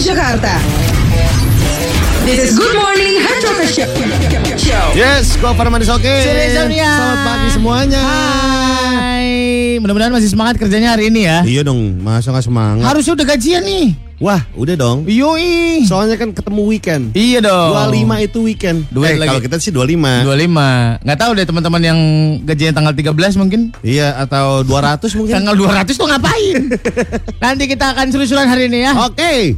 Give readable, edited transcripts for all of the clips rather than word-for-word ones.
Jakarta. This is Good Morning Hard Rock Show. Yes, Gofar Manisoke. Selamat pagi semuanya. Hai. Mudah-mudahan masih semangat kerjanya hari ini ya. Iya dong, masa nggak semangat? Harusnya udah gajian nih. Wah, udah dong. Yoi. Soalnya kan ketemu weekend. Iya dong. 25 itu weekend. Kalau kita sih 25. 25. Nggak tahu deh teman-teman yang gajian tanggal 13 mungkin. Iya, atau 200 mungkin. Tanggal 200 tuh ngapain? Nanti kita akan seru-seruan hari ini ya. Oke.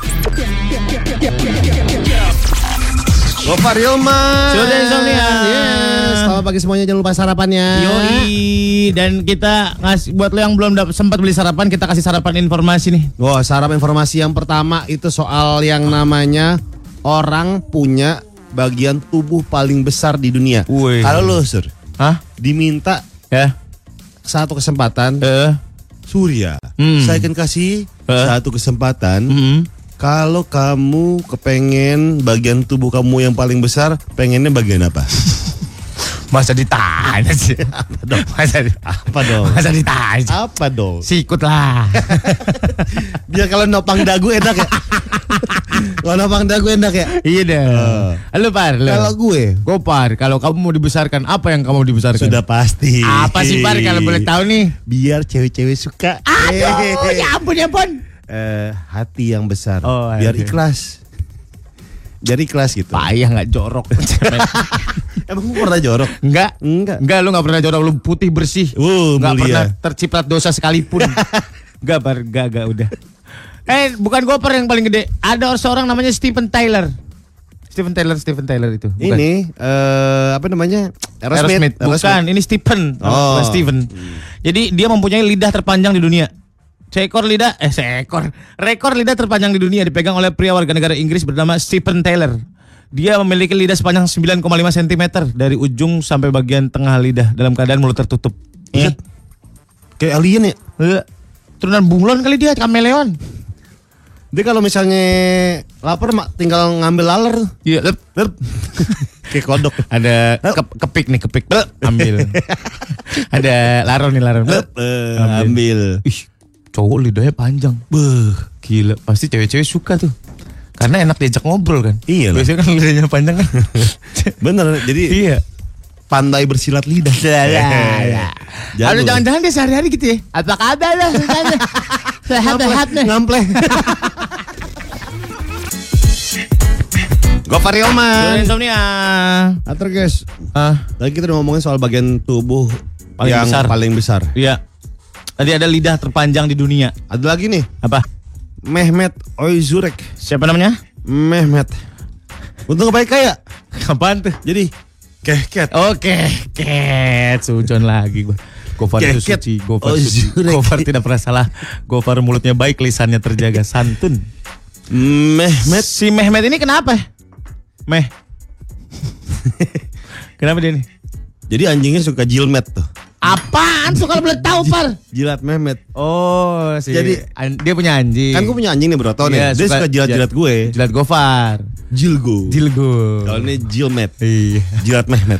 Gofar Hilman. Sudah insomnia. Yes. Selamat pagi semuanya, jangan lupa sarapannya. Yoi. Dan kita ngasih buat lo yang belum sempat beli sarapan, kita kasih sarapan informasi nih. Wah, sarapan informasi yang pertama itu soal yang namanya orang punya bagian tubuh paling besar di dunia. Wih. Kalau lo, Sur, diminta Ya. satu kesempatan, Surya, saya akan kasih satu kesempatan. Kalau kamu kepengen bagian tubuh kamu yang paling besar, pengennya bagian apa? Masa ditanya sih? Apa dong? Masa ditanya? Apa dong? Sikut lah. Biar kalau nopang dagu enak ya. Kalau nopang dagu enak ya. Iya deh. Halo Par. Kalau gue, Gopar, kalau kamu mau dibesarkan, apa yang kamu dibesarkan? sudah pasti. Apa sih Par kalau boleh tahu nih? Biar cewek-cewek suka. Aduh, ya ampun. Hati yang besar. Oh, biar hati. ikhlas. Biar ikhlas gitu. Payah nggak jorok. Emang lu pernah jorok? Enggak, lu nggak pernah jorok, lu putih bersih. Nggak mulia. pernah terciprat dosa sekalipun. Enggak Par, enggak udah. Bukan Gopar yang paling gede. Ada seorang namanya Steven Tyler. Steven Tyler itu. Bukan. Ini apa namanya? Aerosmith. Bukan, ini Stephen. Oh. Steven. Jadi dia mempunyai lidah terpanjang di dunia. Rekor lidah terpanjang di dunia dipegang oleh pria warga negara Inggris bernama Steven Tyler. Dia memiliki lidah sepanjang 9,5 cm dari ujung sampai bagian tengah lidah dalam keadaan mulut tertutup. Kayak alien ya? Turunan bunglon kali dia, kameleon. Dia kalau misalnya lapar tinggal ngambil laler. Iya, Kayak kodok. ada kepik. Ambil. Ada laron. Ambil. Ih, cowok lidahnya panjang. Gila, pasti cewek-cewek suka tuh. Karena enak diajak ngobrol kan. Iya lah. Biasanya kan lidahnya panjang kan. Bener, jadi Iya. pandai bersilat lidah. Aduh, jangan-jangan dia sehari-hari gitu ya. Apa kabar lah? Sehat-sehat nih. Ngampleh. Gofar Hilman. Insomnia. Atur guys. Tadi kita udah ngomongin soal bagian tubuh Paling yang besar. paling besar. Iya. Tadi ada lidah terpanjang di dunia. Ada lagi nih, Apa? Mehmet Oizurek. Siapa namanya? Mehmet. Untung gak baik kaya. Kapan tuh? Jadi keket. Oke, sujon lagi gua. Gofar itu Keket. suci, Gofar suci. Zurek. Gofar tidak pernah salah. Gofar mulutnya baik, lisannya terjaga, santun. Mehmet. Si Mehmet ini kenapa? Kenapa dia nih? Jadi anjingnya suka jilmet tuh. Apaan? Suka boleh tahu, Par? Jilat Mehmet. Oh, Jadi, dia punya anjing. Kan gue punya anjing nih Broto nih. Iya, Dia suka jilat-jilat gue. Jilat Gofar. Jilgo. Kalau ini jilmet. Iya. Jilat Mehmet.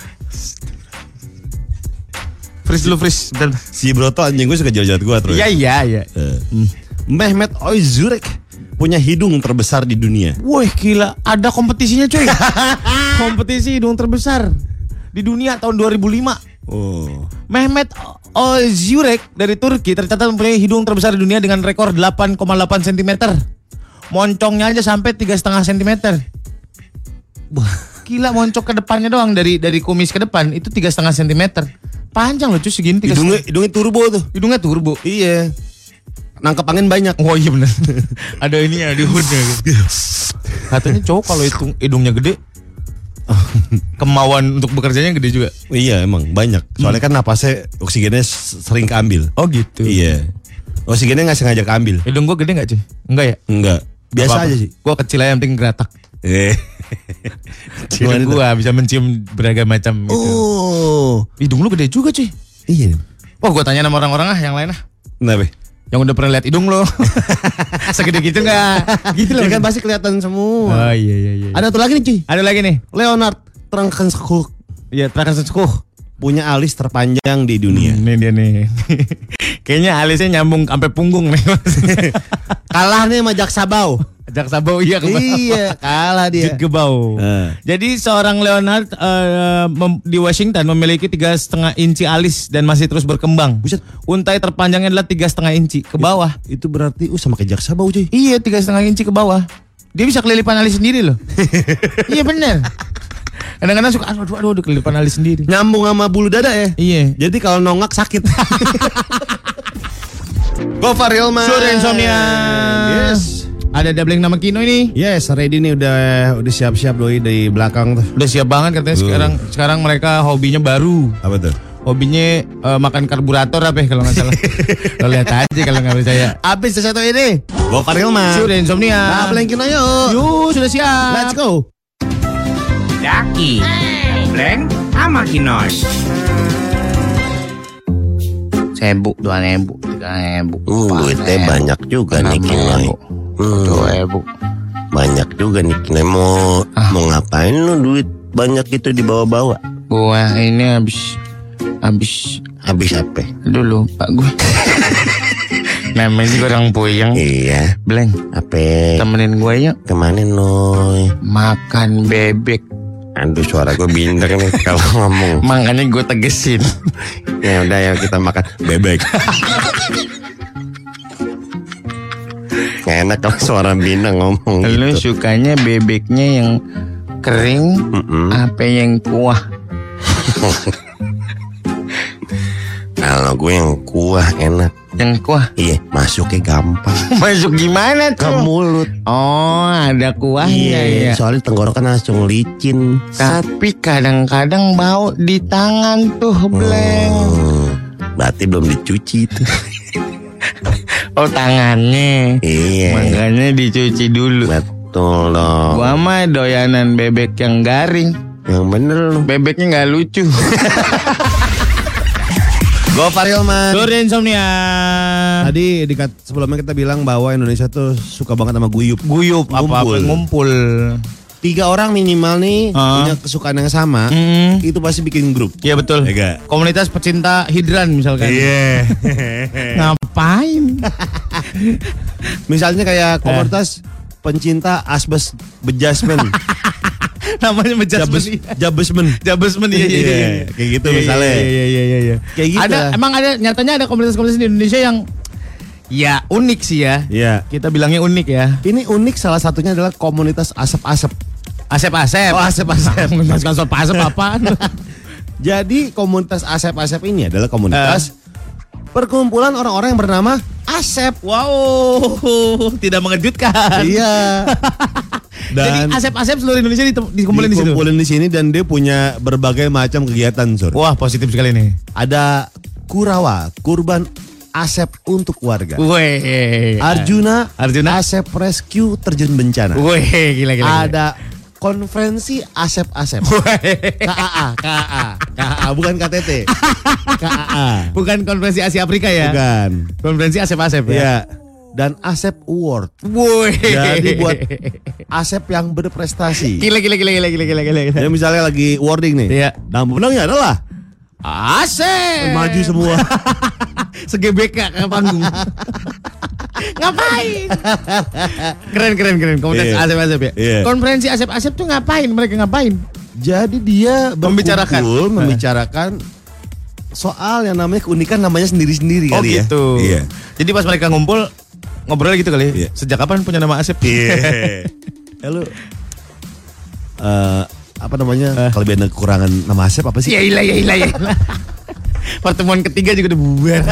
Freeze dulu, freeze. Bentar. Si Broto anjing gue suka jilat-jilat gue terus. Iya. Mehmet Oizurek punya hidung terbesar di dunia. Wih, gila. Ada kompetisinya, coy. Kompetisi hidung terbesar di dunia tahun 2005. Oh. Mehmet Oizurek dari Turki tercatat mempunyai hidung terbesar di dunia dengan rekor 8,8 cm. Moncongnya aja sampai 3,5 cm. Gila, moncong ke depannya doang dari kumis ke depan itu 3,5 cm. Panjang loh cuy, segini. Hidungnya turbo tuh. Hidungnya turbo. Iya. Nangkep angin banyak. Oh iya benar. Ada ini ya di hoodnya. Katanya cowok kalau hidungnya gede, kemauan untuk bekerjanya gede juga. Iya emang banyak. Soalnya kan napasnya oksigennya sering keambil. Oh gitu. Iya. Oksigennya nggak sengaja keambil. Hidung gua gede nggak cuy? Enggak ya? Enggak. Biasa Apa-apa. aja sih. Gua kecil aja yang penting geratak. Hidung gua bisa mencium beragam macam gitu. Oh. Hidung lu gede juga cuy. Iya. Wah, gua tanya sama orang-orang yang lain Kenapa? yang udah pernah lihat hidung lo. Segede gitu nggak? Gitu loh. Ya kan pasti kelihatan semua. Oh iya. Ada satu lagi nih cuy. Ada lagi nih. Leonard Trankenskog Iya, Trankenskog punya alis terpanjang di dunia. Nih dia nih. Kayaknya alisnya nyambung sampai punggung nih. Kalah nih sama Jaksabau. Jack Sabau iya kebau. Iya, kalah dia. Kebau. Jadi seorang Leonard di Washington memiliki 3,5 inci alis dan masih terus berkembang. Buset. Untai terpanjangnya adalah 3,5 inci ke bawah. Itu berarti sama kayak Jack Sabau cuy. Iya, 3,5 inci ke bawah. Dia bisa kelilipan alis sendiri loh. Iya bener. Kadang-kadang suka aduh kelilipan alis sendiri. Nyambung sama bulu dada ya. Iya. Jadi kalau nongak sakit. Gofar Hilman. Sore Insomnia. Yes. Ada Dabling nama Kino ini. Yes, ready nih udah siap-siap doi di belakang tuh. Udah siap banget katanya sekarang mereka hobinya baru. Apa tuh? Hobinya makan karburator apa ya kalau nggak salah. Lo lihat aja kalau nggak percaya. Abis satu ini. Gofar Hilman. Sudah Insomnia. Dabling Kino yuk. Yuk sudah siap. Let's go. Daki, Bleng, sama Kinoy. 1.000, 2.000, 3.000. Duitnya banyak juga nih Kinoy. 2.000. Banyak juga nih Kinoy. Mau ngapain lu duit banyak itu dibawa-bawa? Gua ini habis Habis apa? dulu Pak gue. Namanya juga orang puyeng. Iya. Bleng, Apa? temenin gue yuk Kemana Noy? makan bebek. Aduh suara gue binder nih kalau ngomong. Makanya gue tegesin. Ya udah ya kita makan bebek. Nggak enak kalau suara bina ngomong Lu gitu. sukanya bebeknya yang kering apa yang kuah? Kalau gue yang kuah enak. Yang kuah. Iya, masuknya gampang. Masuk gimana tuh? Ke mulut. Oh, ada kuahnya ya. Soalnya tenggorokan langsung licin. Tapi kadang-kadang bau di tangan tuh, Bleng. Berarti belum dicuci tuh. Oh, tangannya. Iya. Makanya dicuci dulu. Betul dong. Gua mah doyanan bebek yang garing. Yang bener lu. Bebeknya nggak lucu. Gofar Hilman. Sore Insomnia. Tadi sebelumnya kita bilang bahwa Indonesia tuh suka banget sama guyup. Guyup apa-apa ngumpul. 3 orang minimal nih punya kesukaan yang sama. Itu pasti bikin grup. Iya betul. Ya, gak? Komunitas pecinta hidran misalkan. Iya. Ngapain? Misalnya kayak komunitas pencinta asbes bejasmen. Namanya Jabesmen. Jabesmen iya. Kayak gitu misalnya. Iya. Kayak gitu. Nyatanya ada komunitas-komunitas di Indonesia yang ya unik sih ya. Iya. Kita bilangnya unik ya. Ini unik, salah satunya adalah komunitas asap-asap. Asep-asep. Oh, asep-asep. Asep apaan? Jadi komunitas asep-asep ini adalah komunitas perkumpulan orang-orang yang bernama Asep. Wow, tidak mengejutkan. Iya. Jadi Dan asep-asep seluruh Indonesia dikumpulin di situ. dikumpulin di sini dan dia punya berbagai macam kegiatan, Sur. Wah, positif sekali nih. Ada Kurawa, kurban Asep untuk warga. Weh. Arjuna Asep. Asep Rescue terjun bencana. Weh, gila. Ada konferensi Asep-Asep. KAA, bukan KTT. KAA. Bukan konferensi Asia Afrika ya? Bukan. Konferensi asep-asep ya? Iya. Dan Asep Award. Woi. Jadi buat Asep yang berprestasi. Gila. Ya misalnya lagi wording nih. Iya. Nah pemenangnya adalah Asep. maju semua. Segebek ke panggung. Ngapain? Keren. Komunitas Iya. asep-asep ya? Iya. Konferensi asep-asep tuh ngapain? Mereka ngapain? Jadi dia Membicarakan. membicarakan soal yang namanya keunikan namanya sendiri-sendiri Oh kali ya. gitu. Iya. Jadi pas mereka ngumpul ngobrol gitu kali. Iya. Sejak kapan punya nama Asep? Iya. Lu apa namanya? Kelebihan dan kekurangan nama Asep apa sih? Ya ilah. Pertemuan ketiga juga udah bubar.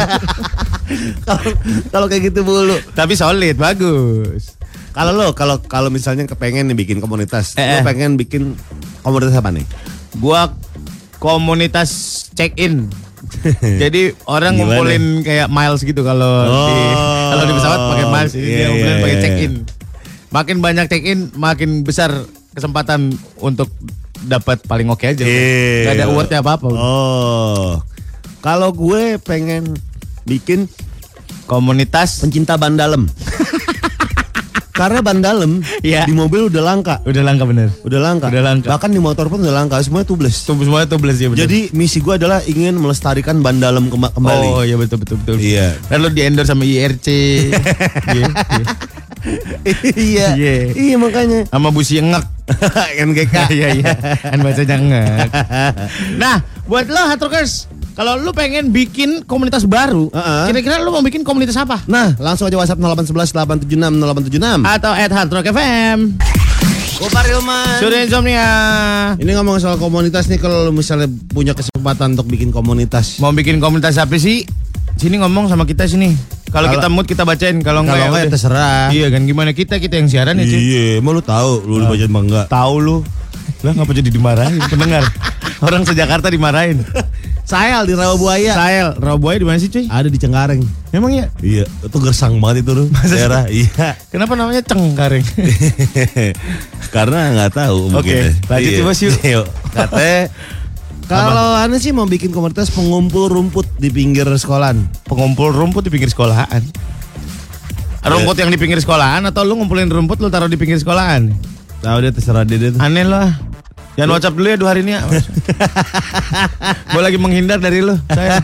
Kalau kayak gitu mulu. Tapi solid, bagus. Kalau misalnya kepengen nih bikin komunitas, lu pengen bikin komunitas apa nih? Gua komunitas check-in. Jadi orang Gimana? ngumpulin kayak miles gitu kalau di pesawat pakai miles, ini dia ngumpulin pakai check-in. Makin banyak check-in, makin besar kesempatan untuk dapat paling oke aja. Gak ada awardnya apa-apa. Oh. Kalau gue pengen bikin Komunitas pencinta ban dalam. Karena ban dalam Iya. di mobil udah langka. udah langka bener. Udah langka. Bahkan di motor pun udah langka, semuanya tubeless. Semuanya tubeless ya bener. Jadi misi gue adalah ingin melestarikan ban dalam kembali. Oh iya betul. Iya. Lalu di endorse sama IRC. Iya. Iya. Iya makanya. Sama busi ngek. NGK. Iya. Kan bacanya ngek. Nah, buat lo Hatrokers, kalau lu pengen bikin komunitas baru, kira-kira lu mau bikin komunitas apa? Nah, langsung aja WhatsApp 0811 876 0876 Atau @hardrock_fm. Gopar Hilman. Surya Insomnia. Ini ngomong soal komunitas nih, kalau lu misalnya punya kesempatan untuk bikin komunitas. Mau bikin komunitas apa sih? Sini ngomong sama kita sini. Kalau kita mood kita bacain, kalau enggak ya terserah. Iya kan, gimana kita yang siaran ya, cuy. Iya, emang lu tahu lu dibacain apa enggak? Tahu lu. Lah ngapa jadi dimarahin pendengar? Orang se-Jakarta dimarahin. Sael di Rawabuaya. Rawabuaya di mana sih, cuy? Ada di Cengkareng. Emang ya? Iya, itu gersang banget itu loh. Daerah. Iya. Kenapa namanya Cengkareng? Karena nggak tahu. Oke, lanjut coba sih. Katanya kalau aneh sih mau bikin komunitas pengumpul rumput di pinggir sekolahan. Pengumpul rumput di pinggir sekolahan. Rumput yang di pinggir sekolahan atau lu ngumpulin rumput lu taruh di pinggir sekolahan? Tahu dia, terserah dia. Aneh lah. Jangan WhatsApp dulu ya 2 hari ini ya. Gue lagi menghindar dari lu, saya.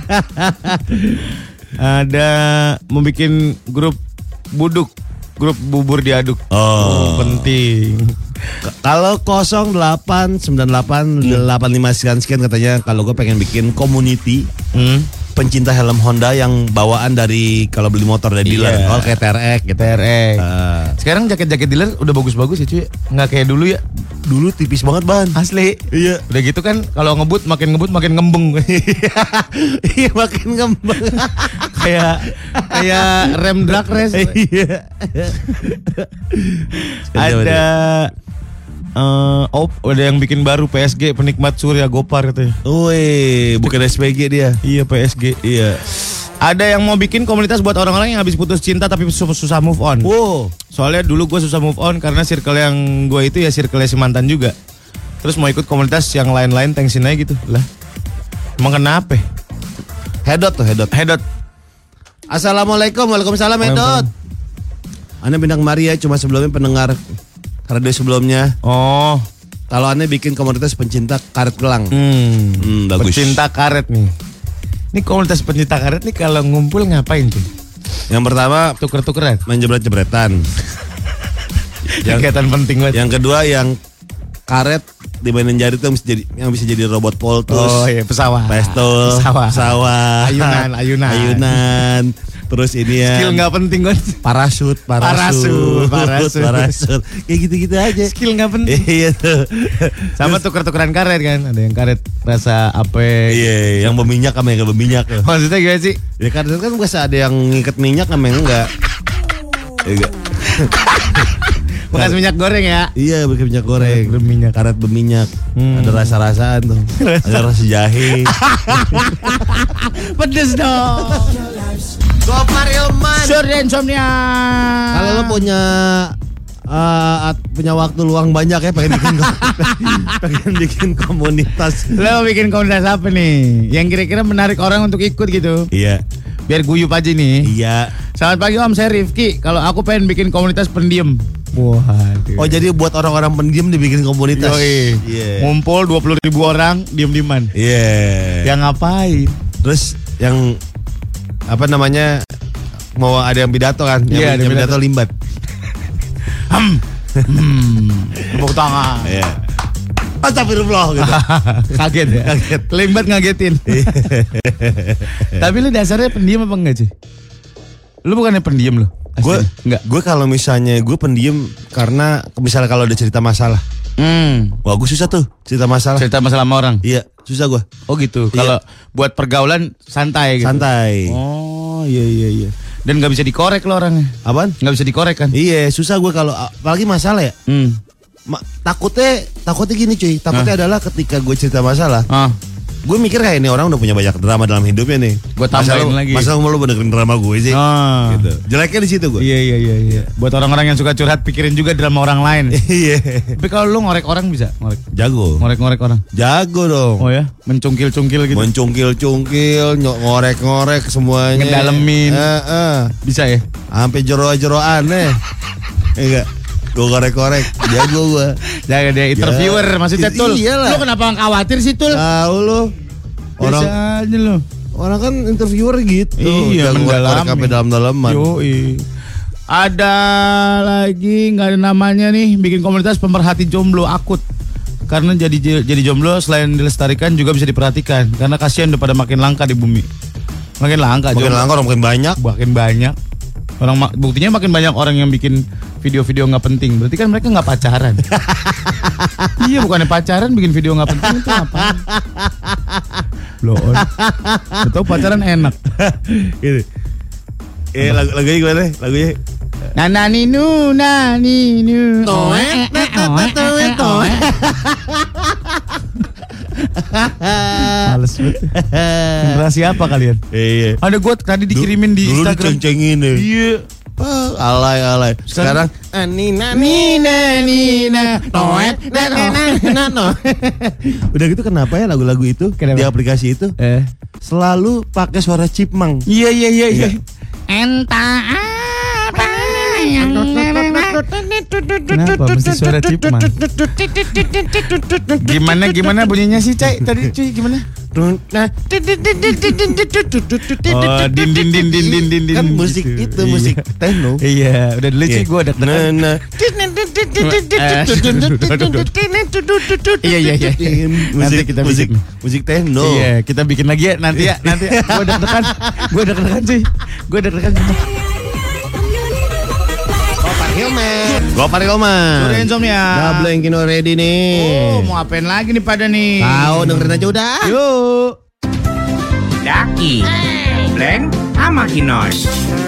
Ada mau bikin grup buduk, grup bubur diaduk. Oh, penting. Kalau 089885 sekian katanya, kalau gue pengen bikin community pencinta helm Honda yang bawaan dari kalau beli motor dari dealer. Oh, kayak TRX gitu. TRX. Sekarang jaket-jaket dealer udah bagus-bagus ya, cuy. Nggak kayak dulu ya. Dulu tipis banget ban. Asli. Iya. Udah gitu kan kalau ngebut makin ngembeng. Iya, makin ngembeng. kayak rem drag race. Iya. Ada yang bikin baru PSG penikmat Surya Gopar katanya. Woi, bukan SPG dia. Iya, PSG. Iya. Ada yang mau bikin komunitas buat orang-orang yang habis putus cinta tapi susah move on. Wow. Soalnya dulu gue susah move on karena circle yang gue itu ya circle si mantan juga. Terus mau ikut komunitas yang lain-lain tensin aja gitu. Lah. Emang kenapa? Hedot. Assalamualaikum. Waalaikumsalam, Hedot. Ane bintang Maria, cuma sebelumnya pendengar radio sebelumnya. Oh, kalau Ane bikin komunitas pencinta karet gelang. Bagus. Pencinta karet nih. Ini komunitas pencinta karet nih kalau ngumpul ngapain tuh? Yang pertama tuker-tukeran, main jebret-jebretan. Kegiatan penting banget. Yang kedua yang karet dimainin jari tuh yang bisa jadi robot poltus. Oh iya, pesawat. Pistol. Pesawat. Ayunan. Terus ini ya. Skill nggak penting kan? Parasut. Kayak gitu-gitu aja. Skill nggak penting. Iya tuh. Sama tuker-tukeran karet kan? Ada yang karet rasa apa? Iya, yang berminyak sama yang nggak berminyak. Maksudnya gimana sih? Ya karet kan biasa ada yang ngikat minyak sama yang enggak. Iya. Bekas minyak goreng ya? Iya, bekas minyak goreng. Berminyak. Karet berminyak. Ada rasa-rasaan tuh. Ada rasa jahe. Pedes dong. Gopar Hilman. Surya Insomnia. Kalau lo punya waktu luang banyak ya, pengen bikin komunitas. Lo bikin komunitas apa nih? Yang kira-kira menarik orang untuk ikut gitu? Iya. Biar guyup aja nih. Iya. Selamat pagi Om, saya Rifki. Kalau aku pengen bikin komunitas pendiam. Waduh. Oh, jadi buat orang-orang pendiam dibikin komunitas. Yoi. Yeah. Ngumpul 20.000 orang diem-dieman. Iya. Yang ngapain? Terus yang apa namanya, mau ada yang pidato kan? Yang pidato limbat. Tepuk tangan. Iya. Astagfirullah gitu. Kaget ya. Limbat ngagetin. Tapi lu dasarnya pendiam apa enggak sih? Lu bukannya pendiam lu? Gue kalau misalnya gue pendiam karena misalnya kalau ada cerita masalah. Wah, gue susah tuh cerita masalah. Cerita masalah sama orang. Iya, susah gue. Oh gitu. Iya. Kalau buat pergaulan santai gitu. Santai. Oh, iya. Dan nggak bisa dikorek lo orangnya. Apaan? Nggak bisa dikorek kan? Iya, susah gue kalau apalagi masalah ya. Takutnya gini cuy. Takutnya adalah ketika gue cerita masalah. Gue mikir kayak ini orang udah punya banyak drama dalam hidupnya nih. Gue tambahin lagi. Masa lu benerin drama gue sih? Gitu. Jeleknya di situ gue. Iya. Buat orang-orang yang suka curhat, pikirin juga drama orang lain. Iya. Tapi kalau lu ngorek orang bisa? Jago. Ngorek orang? Jago dong. Oh ya? Mencungkil-cungkil gitu? Mencungkil-cungkil, ngorek-ngorek semuanya. Ngedalemin. Bisa ya? Sampai jero-jero aneh. Enggak. Gue korek-korek, jago gue. Jaga dia interviewer maksudnya Tul. Iyalah. Lu kenapa khawatir sih Tul? Tahu lu. Biasa aja lu. Orang kan interviewer gitu. Iya, mendalami. Sampai dalam-dalaman. Yoi. Ada lagi nggak ada namanya nih, bikin komunitas pemerhati jomblo akut. Karena jadi jomblo selain dilestarikan juga bisa diperhatikan. Karena kasihan udah pada makin langka di bumi. Makin langka orang makin banyak. Orang buktinya makin banyak orang yang bikin video-video nggak penting. Berarti kan mereka nggak pacaran. Iya, bukannya pacaran bikin video nggak penting itu apa? Loh, betul pacaran enak. Gitu. Lagunya gimana? Lagunya Nanu. Males banget. Generasi apa kalian? Iya. Ada gue tadi dikirimin di Instagram. Instagram. Dulu diceng-cengin deh. Iya. Alay. Sekarang Nina. Udah gitu kenapa ya lagu-lagu itu di aplikasi itu selalu pakai suara chipmunk. Iya. Entah apa yang kenapa mesti suara chipmunk? Gimana bunyinya sih, Cai? Tadi cuy gimana? Oh, din. Kan musik itu musik techno. Iya, udah dulu sih gue ada Iya. Musik techno. Iya, kita bikin lagi ya nanti. Gue deg-degan cuy. Gopar Hilman. Sore insomnia. Double Kino ready nih. Oh, mau apain lagi nih pada nih? Tahu, dengerin aja udah. Yuk. Daki, Bleng, sama Kinos.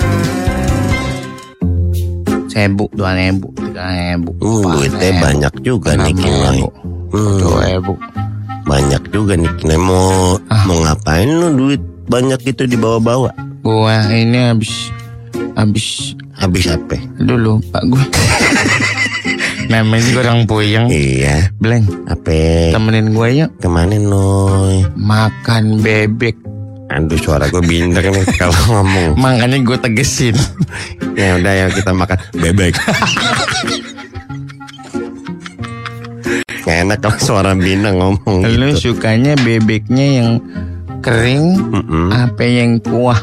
1.000, 2.000, 3.000. Duitnya banyak juga nih Kinoy. 2.000. Banyak juga nih Kinoy. Mau ngapain lu duit banyak itu dibawa-bawa? Gua ini habis apa? Aduh lupa gue. Namanya juga orang puyeng. Iya. Bleng, Apa? temenin gue yuk. Kemana Noy? Makan bebek. Aduh, suara gue binder nih kalau ngomong. Makanya gue tegesin. Ya udah ya, kita makan bebek. Gak enak kalau suara bina ngomong Lu gitu. sukanya bebeknya yang kering apa yang kuah?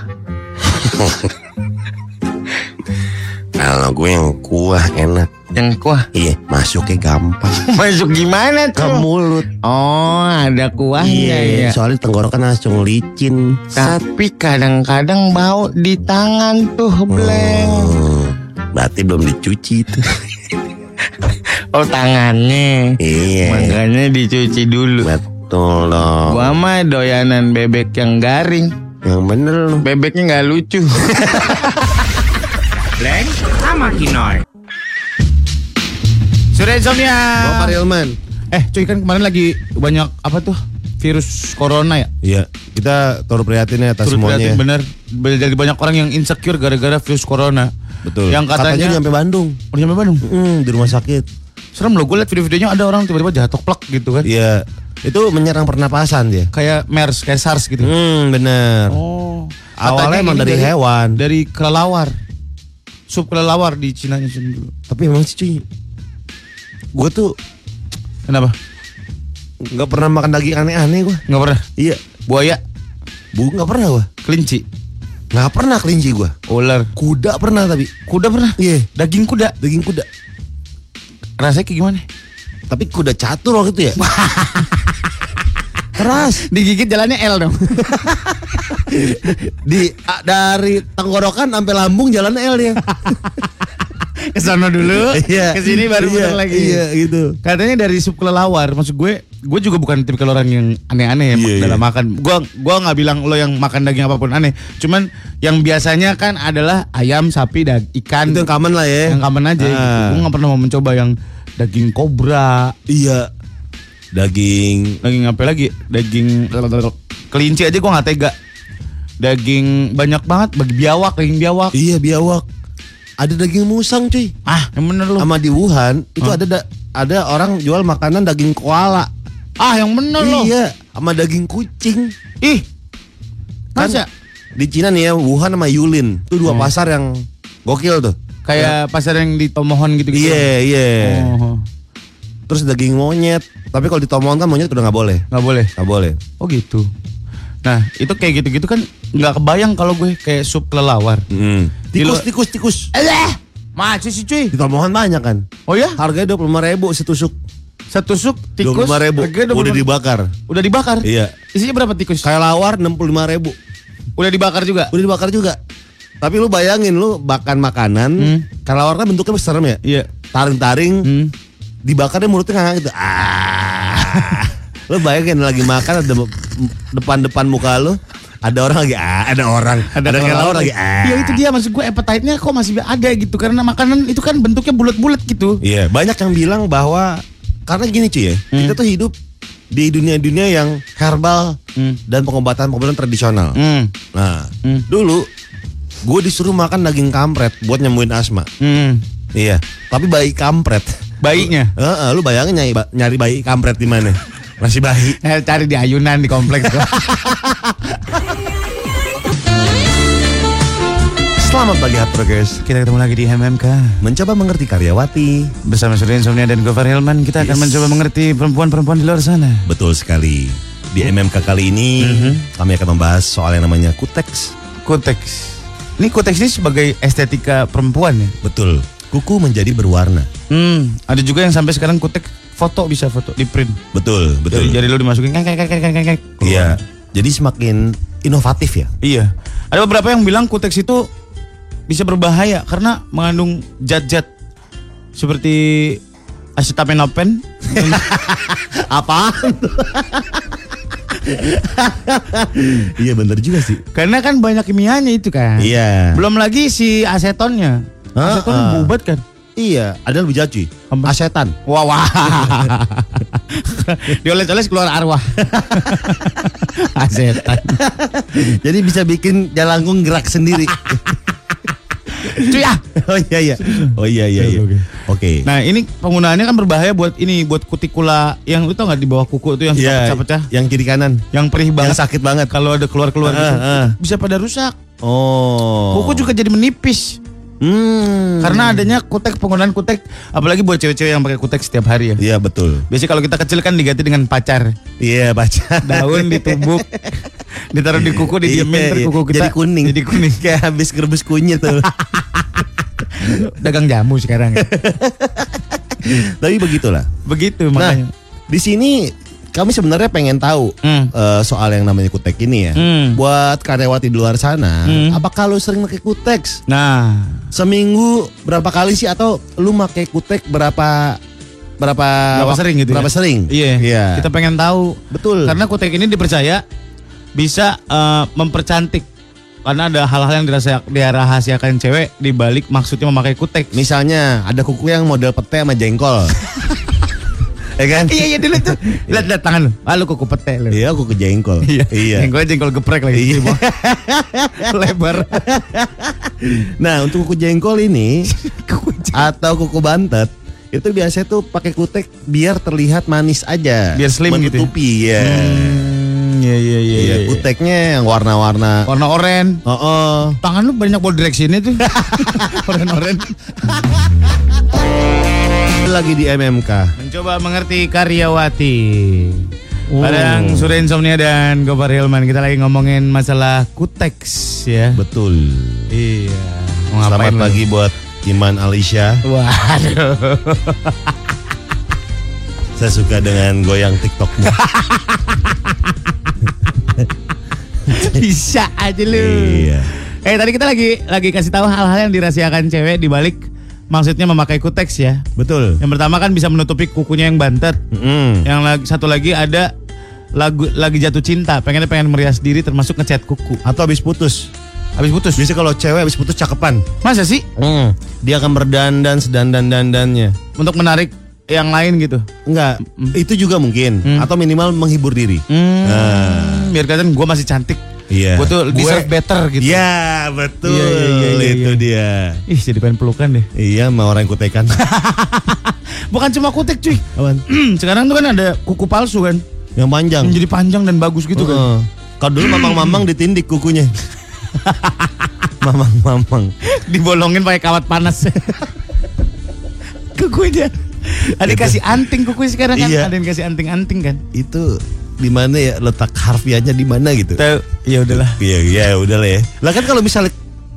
Kalau gue yang kuah enak. Yang kuah? Iya, masuknya gampang. Masuk gimana Ke tuh? mulut. Oh, ada kuahnya ya. Soalnya tenggorokan langsung licin. Tapi kadang-kadang bau di tangan tuh, Bleng. Berarti belum dicuci itu. Oh, tangannya. Iya. Makanya dicuci dulu. Betul dong. Gua mah doyanan bebek yang garing. Yang bener lu. Bebeknya nggak lucu. Bleng, sama Kinos. Sore insomnia. Gopar Hilman. Cuy, kan kemarin lagi banyak apa tuh? Virus corona ya? Iya, kita turut prihatin ya atas Turut semuanya. prihatin, bener. Jadi banyak orang yang insecure gara-gara virus corona. Betul. Yang katanya nyampe Bandung. Oh, nyampe Bandung. Di rumah sakit. Serem loh, gue liat video-videonya ada orang tiba-tiba jatuh plak gitu kan. Iya, itu menyerang pernapasan dia. Kayak MERS, kayak SARS gitu. Bener. Oh. Awalnya Katanya emang ini dari hewan. Dari kelelawar. Sup kelelawar di Cina dulu. Tapi emang sih cuy, gue tuh Kenapa? nggak pernah makan daging aneh-aneh gue. Nggak pernah. Iya, Buaya, nggak pernah gue. kelinci, Nggak pernah kelinci gue. ular, Kuda pernah tapi. kuda pernah. Iya, Daging kuda. daging kuda. Rasanya kayak gimana? Tapi kuda catur waktu itu ya. Keras. Digigit jalannya L dong. Dari tenggorokan sampai lambung jalan L dia. Kesana dulu, kesini baru putar lagi. Iya gitu. Katanya dari sup kelelawar. Maksud gue juga bukan tipikal orang yang aneh-aneh ya dalam makan. Gue nggak bilang lo yang makan daging apapun aneh. Cuman yang biasanya kan adalah ayam, sapi, ikan. Itu yang common lah ya. Yang common aja. Gitu. Gue nggak pernah mau mencoba yang daging kobra. Iya. Daging apa lagi? Daging kelinci aja gue nggak tega. Daging banyak banget. Daging biawak. Iya, biawak. Ada daging musang cuy. Yang bener lo. Sama di Wuhan itu ada orang jual makanan daging koala. Yang bener lo. Iya, sama daging kucing. Ih, Kan masa? di Cina nih ya, Wuhan sama Yulin. Itu dua pasar yang gokil tuh. Kayak pasar yang di Tomohon gitu-gitu. Iya. Oh. Terus daging monyet. Tapi kalau di Tomohon kan monyet udah nggak boleh. Nggak boleh. Oh gitu. Nah itu kayak gitu-gitu kan nggak kebayang kalau gue kayak sup kelelawar. Tikus. Masih sih cuy. Di Tomohon banyak kan. Oh ya? Harganya 25.000 setusuk. Setusuk tikus 25.000. Udah dibakar. Udah dibakar? Iya. Isinya berapa tikus? Kayak lawar 65.000. Udah dibakar juga? Udah dibakar juga. Tapi lu bayangin lu makan makanan, kelelawar kan bentuknya serem ya? Iya. Taring-taring, dibakarnya mulutnya nggak gitu. Lu bayangin lagi makan ada depan muka lu, ada orang lagi ada kelelawar lagi. Iya itu dia, maksud gue appetite-nya kok masih ada gitu karena makanan itu kan bentuknya bulat-bulat gitu. Iya, banyak yang bilang bahwa karena gini cuy ya, kita tuh hidup di dunia-dunia yang herbal dan pengobatan tradisional. Nah, dulu gue disuruh makan daging kampret buat nyembuhin asma. Iya, tapi bayi kampret. Bayinya? Lu bayangin nyari bayi kampret di mana? Masih bayi. Cari di ayunan di kompleks. Selamat pagi Hardrockers. Kita ketemu lagi di MMK. Mencoba mengerti karyawati. Bersama Surya Insomnia dan Gofar Hilman, kita akan mencoba mengerti perempuan-perempuan di luar sana. Betul sekali. Di MMK kali ini kami akan membahas soal yang namanya kuteks. Kuteks. Ini kuteks ini sebagai estetika perempuan ya? Betul. Kuku menjadi berwarna. Ada juga yang sampai sekarang kuteks bisa foto di print. Betul. Jadi lo dimasukin Iya. Jadi semakin inovatif ya. Iya. Ada beberapa yang bilang kuteks itu bisa berbahaya karena mengandung zat-zat seperti acetaminophen. Apaan? Iya bener juga sih. Karena kan banyak kimianya itu kan. Iya. Belum lagi si asetonnya. Aseton berobat kan. Iya, ada lebih jahat cuy. Asetan. Wah. Dioles-oles keluar arwah. Asetan. Jadi bisa bikin jalangkung gerak sendiri. Cuy ah. Oh iya. Oke. Nah, ini penggunaannya kan berbahaya buat kutikula yang lu tau nggak di bawah kuku itu yang pecah-pecah. Yang kiri kanan. Yang perih banget. Yang sakit banget. Kalau ada keluar-keluar gitu. Bisa pada rusak. Oh. Kuku juga jadi menipis. Karena adanya penggunaan kutek, apalagi buat cewek-cewek yang pakai kutek setiap hari ya. Iya betul. Biasanya kalau kita kecil kan diganti dengan pacar. Iya pacar. Daun ditumbuk, ditaruh di kuku, didiemin kuku kita jadi kuning. Kayak habis ngerebus kunyit tuh. Dagang jamu sekarang. Tapi begitulah. Begitu makanya. Di sini kami sebenarnya pengen tahu soal yang namanya kutek ini ya. Buat karyawati di luar sana, apakah lu sering pakai kuteks? Nah, seminggu berapa kali sih atau lu pakai kutek berapa sering gitu? Berapa sering? Iya. Kita pengen tahu. Betul. Karena kutek ini dipercaya bisa mempercantik. Karena ada hal-hal yang dirahasiakan cewek di balik maksudnya memakai kutek. Misalnya ada kuku yang model pete sama jengkol. Ya kan? Iya dulu tuh. Lihat tangan lu. Lu kuku pete lu. Iya, kuku jengkol. Iya. Jengkol geprek lagi. Iya. Lebar. Nah, untuk kuku jengkol ini atau kuku bantet itu biasanya tuh pakai kutek biar terlihat manis aja. Biar slim gitu. Menutupi ya. Iya. Kuteknya yang warna-warna. Warna oranye. Tangan lu banyak body direction itu. Oranye. Lagi di MMK mencoba mengerti karyawati. Bareng Surya Insomnia dan Gofar Hilman. Kita lagi ngomongin masalah kuteks ya. Betul. Iya. Selamat pagi buat Iman Alicia. Waduh. Saya suka dengan goyang TikTokmu. Bisa aja lu. Iya. Tadi kita lagi kasih tahu hal-hal yang dirahasiakan cewek di balik maksudnya memakai kuteks ya. Betul. Yang pertama kan bisa menutupi kukunya yang bantet. Yang satu lagi ada lagi jatuh cinta, pengen merias diri termasuk ngecat kuku. Atau habis putus. Biasanya kalau cewek habis putus cakepan. Masa sih? Dia akan berdandan sedandan-dandannya untuk menarik yang lain gitu. Enggak, itu juga mungkin. Atau minimal menghibur diri. Biar kelihatan gue masih cantik. Iya. Gue tuh deserve better gitu. Iya, betul. Itu dia. Ih, jadi pengen pelukan deh. Iya, sama orang yang kutekan. Bukan cuma kutek cuy. Sekarang tuh kan ada kuku palsu kan. Yang panjang. Yang jadi panjang dan bagus gitu kan. Kalau dulu mamang-mamang ditindik kukunya. Mamang-mamang dibolongin pakai kawat panas. Kukunya. Ada kasih anting kuku sekarang kan. Ada yang kasih anting-anting kan. Itu di mana ya letak harfiahnya di mana gitu. Ya udahlah. Iya udahlah ya. Lah kan kalau misalnya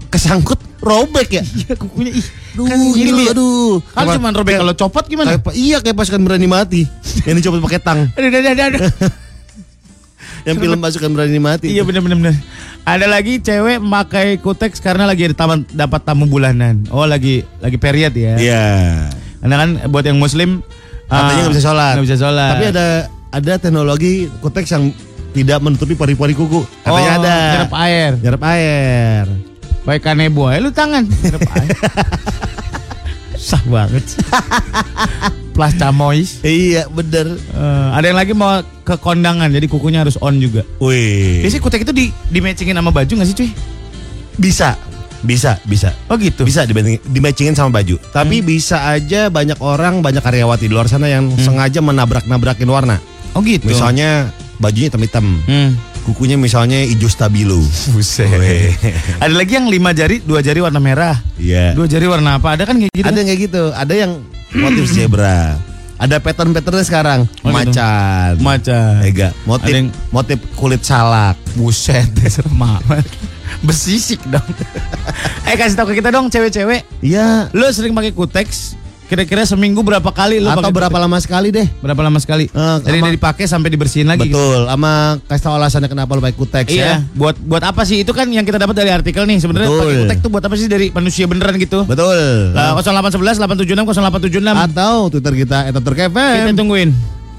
kesangkut robek ya. Iya kukunya Aduh. Kan cuma robek, kalau copot gimana? Kayak pasukan berani mati. Yang dicopot pakai tang. Aduh. Yang film pasukan berani mati. Iya benar. Ada lagi cewek memakai kutex karena lagi dapat tamu bulanan. Oh lagi period ya. Iya. Karena kan buat yang muslim katanya nggak bisa sholat. Nggak bisa sholat. Tapi ada teknologi kutex yang tidak menutupi pori-pori kuku. Katanya ada. Nyerap air. Baik kanebo lu tangan. Nyerap air. Sah banget. Plus camois. Iya bener. Ada yang lagi mau ke kondangan, jadi kukunya harus on juga. Wih. Biasanya kutek itu di matchingin sama baju nggak sih cuy? Bisa. Oh gitu. Bisa di matchingin sama baju. Tapi bisa aja banyak karyawati di luar sana yang sengaja menabrak-nabrakin warna. Oh gitu. Misalnya bajunya hitam-hitam. Kukunya misalnya hijau stabilo. Buset. Ada lagi yang 5 jari, 2 jari warna merah. Iya. 2 jari warna apa? Ada kan kayak gitu? Ada yang kayak gitu. Ada yang motif zebra. Ada pattern-patternnya sekarang. Macan. Ega. Motif kulit salak. Buset, serem amat. Besisik dong. Kasih tahu ke kita dong cewek-cewek. Iya. Lo sering pakai kutex? Kira-kira seminggu berapa kali lo atau berapa lama sekali deh? Berapa lama sekali? Dari dipakai sampai dibersihin lagi. Betul. Sama kasih tahu alasannya kenapa lo pakai kutex ya. Buat apa sih? Itu kan yang kita dapat dari artikel nih. Sebenarnya pakai kutex tuh buat apa sih dari manusia beneran gitu? Betul. 0811 876 0876 atau Twitter kita @turkfm. Kita tungguin.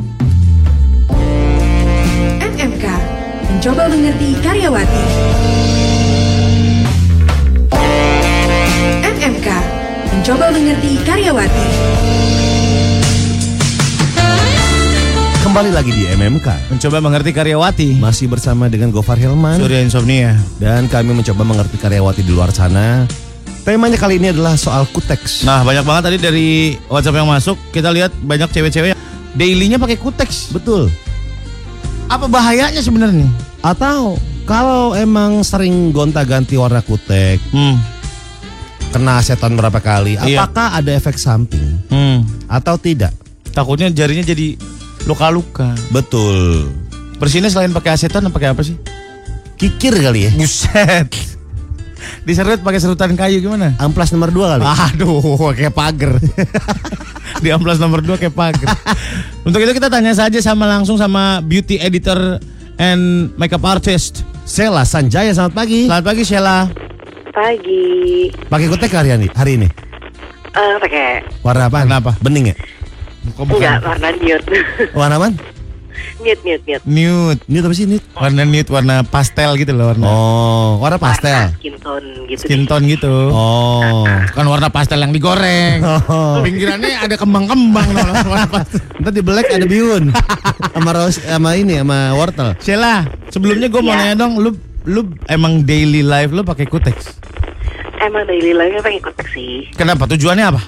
MMK mencoba mengerti karyawati. MMK mencoba mengerti karyawati. Kembali lagi di MMK mencoba mengerti karyawati. Masih bersama dengan Gofar Hilman, Surya Insomnia. Dan kami mencoba mengerti karyawati di luar sana. Temanya kali ini adalah soal kutex. Nah banyak banget tadi dari WhatsApp yang masuk. Kita lihat banyak cewek-cewek yang dailynya pakai kutex. Betul. Apa bahayanya sebenarnya? Atau kalau emang sering gonta-ganti warna kutex, kena setan berapa kali, apakah ada efek samping atau tidak? Takutnya jarinya jadi luka-luka. Betul. Bersihnya selain pakai aseton pakai apa sih? Kikir kali ya. Buset. Diserut pakai serutan kayu gimana? Amplas nomor 2 kali. Aduh, kayak pagar. Di amplas nomor 2 kayak pagar. Untuk itu kita tanya saja langsung sama beauty editor and makeup artist Sheila Sanjaya. Selamat pagi. Selamat pagi Sheila. Pagi. Pakai kutek hari ini? Pakai. Warna apa? Kenapa? Bening ya? Enggak, warna nude. Warna apa? Nude. Nude apa sih nude? Warna nude, warna pastel gitu loh warna. Oh, warna pastel. Skin tone gitu. Oh. Kan warna pastel yang digoreng. Pinggirannya ada kembang-kembang loh. Ntar di black ada bihun. Sama rose, sama wortel. Sheila, sebelumnya gue mau nanya dong, lu emang daily life lu pakai kutex? Emang daily life-nya pakai kutex sih. Kenapa? Tujuannya apa?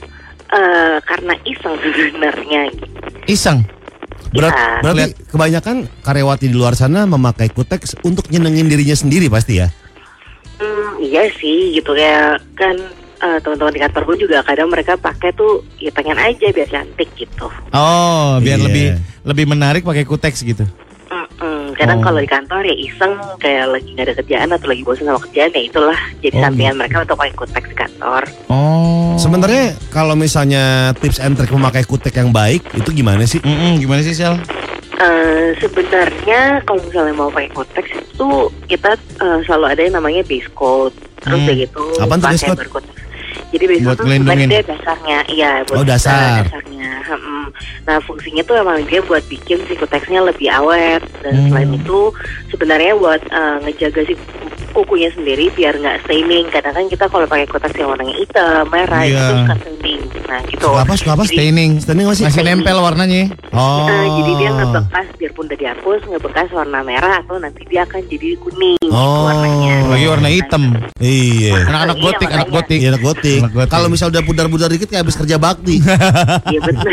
Karena iseng sebenarnya. Iseng? Berarti kebanyakan karyawati di luar sana memakai kutex untuk nyenengin dirinya sendiri pasti ya? Iya sih gitu ya. Kan teman-teman di kantor gue juga kadang mereka pakai tuh ya pengen aja biar cantik gitu. Oh, biar lebih menarik pakai kutex gitu. Kadang kalau di kantor ya iseng kayak lagi nggak ada kerjaan atau lagi bosan sama kerjaan ya itulah jadi sampingan mereka untuk pakai kutex di kantor. Sebenarnya kalau misalnya tips and trick memakai kutex yang baik itu gimana sih? Gimana sih Sel? Sebenarnya kalau misalnya mau pakai kutex itu kita selalu ada yang namanya base coat. Terus kayak gitu. Apaan tuh base coat? Jadi base coat itu sebenarnya dasarnya, iya buat dasarnya. Nah fungsinya tuh emang dia buat bikin si kutexnya lebih awet dan selain itu sebenarnya buat ngejaga si kukunya sendiri biar nggak staining. Kadang kan kita kalau pakai kutex yang warnanya hitam, merah itu suka staining. Nah gitu. Suka apa staining? Staining masih nempel warnanya. Jadi dia ngebekas biarpun udah dihapus ngebekas warna merah atau nanti dia akan jadi kuning gitu warnanya. Lagi warna hitam. Iya. Anak gotik. Iya, anak gotik. Kalau misal udah pudar-pudar dikit kayak habis kerja bakti. Iya benar.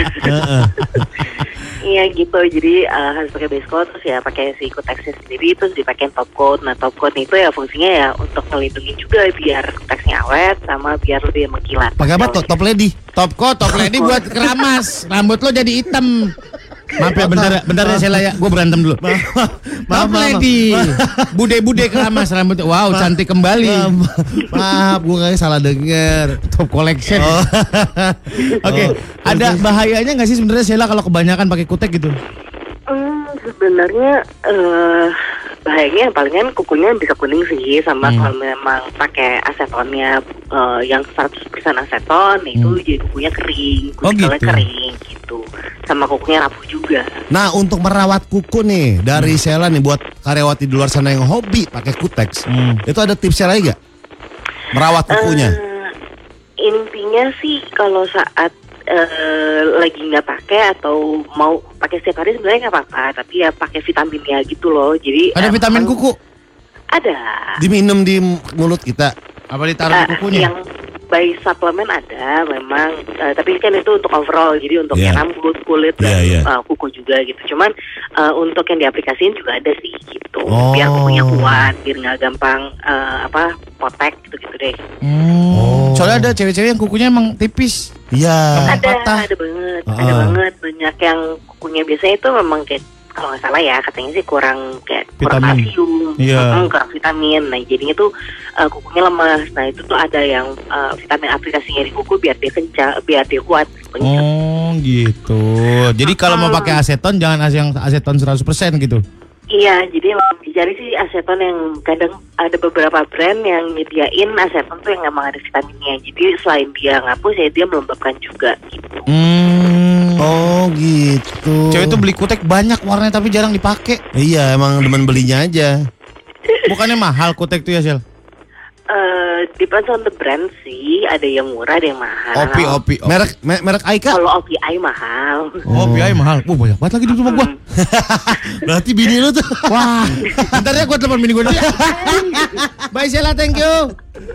Iya gitu, jadi harus pakai base coat terus ya pakai si kutexnya sendiri terus dipakai top coat. Nah top coat itu ya fungsinya ya untuk melindungi juga biar kutexnya awet sama biar lebih mengkilat. Pakai apa? Top lady? Top coat lady buat keramas, rambut lo jadi hitam. Maaf ya, bentar ya Sela ya, gue berantem dulu. Maaf lady, bude keramas rambutnya, wow cantik kembali. Maaf, gue kayaknya salah denger. Top collection. Oke, ada bahayanya nggak sih sebenarnya Sela kalau kebanyakan pakai kutek gitu? Sebenarnya bahayanya palingan kukunya bisa kuning sih, sama kalau memang pakai asetonnya yang 100% aseton itu jadi kukunya kering, kukulnya kering gitu, sama kukunya rapuh juga. Nah untuk merawat kuku nih dari Sela nih buat karyawati di luar sana yang hobi pakai kutex, itu ada tipsnya lagi gak? Merawat kukunya? Intinya sih kalau saat lagi nggak pakai atau mau pakai setiap hari sebenarnya nggak apa-apa, tapi ya pakai vitaminnya gitu loh. Jadi ada vitamin kuku? Ada. Diminum di mulut kita? Apa ditaruh di kukunya? Yang by suplemen ada memang, tapi kan itu untuk overall, jadi untuk rambut, kulit dan kuku juga gitu. Cuman untuk yang diaplikasiin juga ada sih gitu, biar kukunya kuat, biar nggak gampang potek gitu deh. Soalnya ada cewek-cewek yang kukunya emang tipis. Iya. Ada banget banyak yang kukunya biasanya itu memang kayak, kalau nggak salah ya katanya sih kurang kalsium, kurang vitamin. Nah jadinya tuh kukunya lemas. Nah itu tuh ada yang vitamin aplikasinya di kuku biar dia kencang, biar dia kuat. Oh gitu. Jadi kalau mau pakai aseton jangan yang aseton 100% gitu. Iya, jadi emang dicari sih aseton yang kadang ada beberapa brand yang nyediain aseton tuh yang emang ada vitaminnya. Jadi selain dia ngapus ya dia melembabkan juga gitu. Oh gitu. Cewek tuh beli kutek banyak warnanya tapi jarang dipakai. Iya, emang demen belinya aja. Bukannya mahal kutek tuh ya, Sel? Depends on the brand sih. Ada yang murah, ada yang mahal. Opi. Merek Aika? Kalau OPI mahal. OPI mahal. Banyak banget lagi di rumah gua. Berarti bini lu tuh. Wah. Bentar ya gua telepon bini gua dulu. Bye Sela, thank you.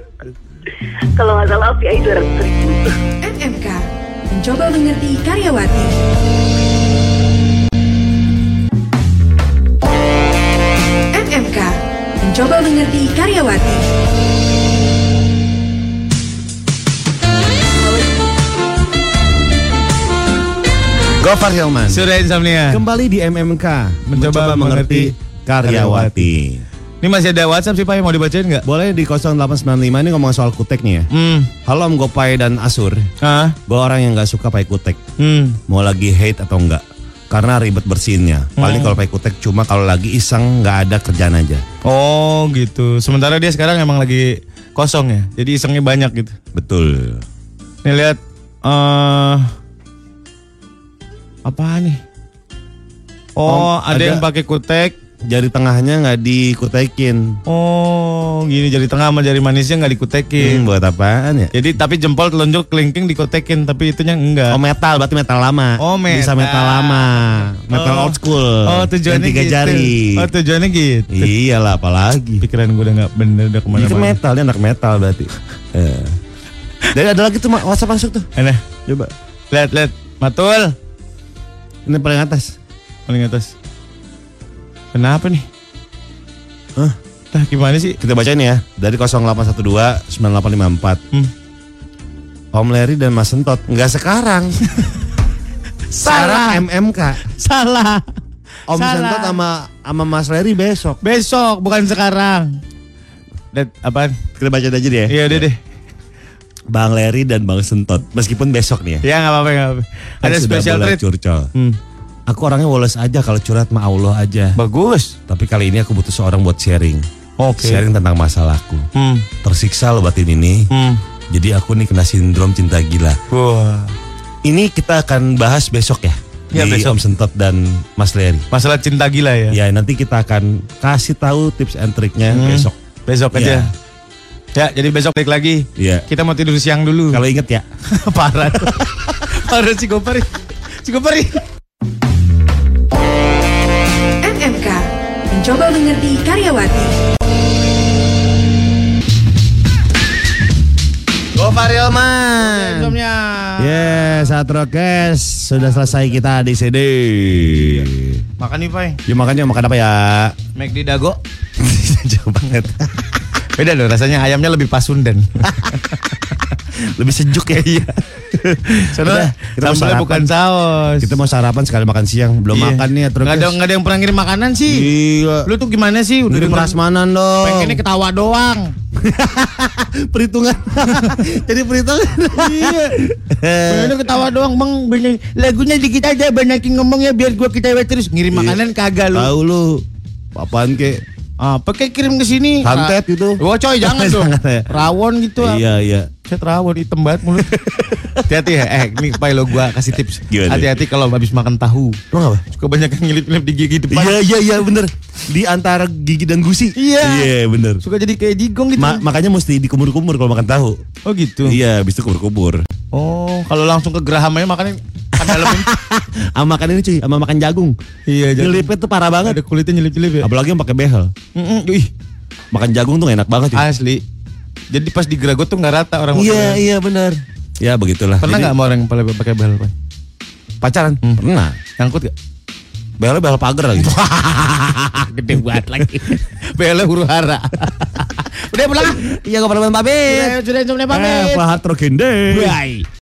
Kalau nggak salah OPI 200.000. MMK mencoba mengerti karyawati. MMK mencoba mengerti karyawati. Gofar Hilman, Surya Insomnia. kembali di MMK mencoba mengerti karyawati. Ini masih ada WhatsApp sih Pak yang mau dibacain nggak? Boleh di 0895 ini ngomong soal kutek nih ya. Halo Om Gopay dan Asur. Gue orang yang nggak suka pakai kutek. Mau lagi hate atau enggak? Karena ribet bersihinnya. Paling kalau pakai kutek cuma kalau lagi iseng nggak ada kerjaan aja. Oh gitu. Sementara dia sekarang emang lagi kosong ya. Jadi isengnya banyak gitu. Betul. Nih lihat. Apa nih? Ada yang pakai kutek. Jari tengahnya nggak dikutekin. Oh, gini jari tengah sama jari manisnya nggak dikutekin. Buat apaan ya? Jadi tapi jempol, telunjuk, kelingking dikutekin, tapi itunya enggak. Oh metal, berarti metal lama. Oh metal. Bisa metal lama, metal old school. Oh tujuannya yang 3 gitu. jari. Oh tujuannya gitu. Iyalah, apalagi. Pikiran gue udah nggak bener, udah kemana-mana. Itu metal, dia anak metal berarti. Jadi ada lagi tuh WhatsApp masuk tuh. Mana? Coba. Lihat. Matul. Ini paling atas. Paling atas. Kenapa nih? Hah? Nah, gimana sih? Kita bacain ya. Dari 0812 9854. Om Larry dan Mas Sentot. Enggak sekarang. Salah. MMK. Salah. Om Sentot sama Mas Larry besok. Besok, bukan sekarang. Apaan? Kita baca aja deh ya. Iya, udah deh. Bang Larry dan Bang Sentot. Meskipun besok nih ya. Ya, enggak apa-apa. Ada special treat. Curcol. Aku orangnya woles aja, kalau curhat mah Allah aja. Bagus. Tapi kali ini aku butuh seorang buat sharing. Oke. Sharing tentang masalahku. Tersiksa loh batin ini. Jadi aku nih kena sindrom cinta gila. Wah. Ini kita akan bahas besok ya. Ya, di besok. Om Sentot dan Mas Larry. Masalah cinta gila ya. Ya nanti kita akan kasih tahu tips and triknya besok. Besok aja. Ya, jadi besok balik lagi. Iya. Kita mau tidur siang dulu. Kalau inget ya. Parah. Parah si Gopari. MMK mencoba mengerti karyawati. Gofar Hilman. Insomnia. Saat Rokes sudah selesai kita di CD. Makan nih, Pai. Yuk makan apa ya? McD Dago. Jauh banget. Beda loh rasanya, ayamnya lebih pasundan. Lebih sejuk ya. Iya. Soalnya sambalnya bukan saus. Kita mau sarapan sekali makan siang, belum makan nih terus. Nggak ada yang pernah ngirim makanan sih. Iya. Lu tuh gimana sih? Udah ngirim prasmanan dong. Pengennya ketawa doang. Perhitungan. Jadi perhitungan. Iya. Pengennya ketawa doang, Bang. Lagunya dikit aja, banyakin ngomongnya biar gua ketawa terus. Ngirim makanan kagak lu. Tahu lu. Apaan kek? Pakai kirim ke sini. Santet gitu. Wah coy, jangan dong. Rawon gitu. Iya. Set rawon hitam banget mulut. Hati-hati ya. Ini Pai lo gua kasih tips. Gimana? Hati-hati kalau habis makan tahu. Lo ngapa? Suka banyak yang nyelip-nyelip di gigi depan. Iya bener. Di antara gigi dan gusi. Iya bener. Suka jadi kayak jigong gitu. Makanya mesti dikumur-kumur kalau makan tahu. Oh gitu. Iya, habis itu kubur-kubur. Oh, kalau langsung ke gerahamnya makannya kan dalemin. Makan ini cuy, sama makan jagung. Iya, nyelipnya tuh parah banget. Ada kulitnya nyelip-nyelip ya. Apalagi yang pakai behel. Makan jagung tuh enak banget cuy. Asli. Jadi pas digeragot tuh nggak rata orang. Iya benar. Ya begitulah. Pernah nggak sama orang yang pakai behel, Pak? Pacaran? Pernah. Nyangkut gak? Behelnya behel pagar lagi. Gede banget lagi. Behelnya huru hara. Udah pulang. Iya, gak pernah pamit. Sudah pamit. Pak Hartro Gende. Bye.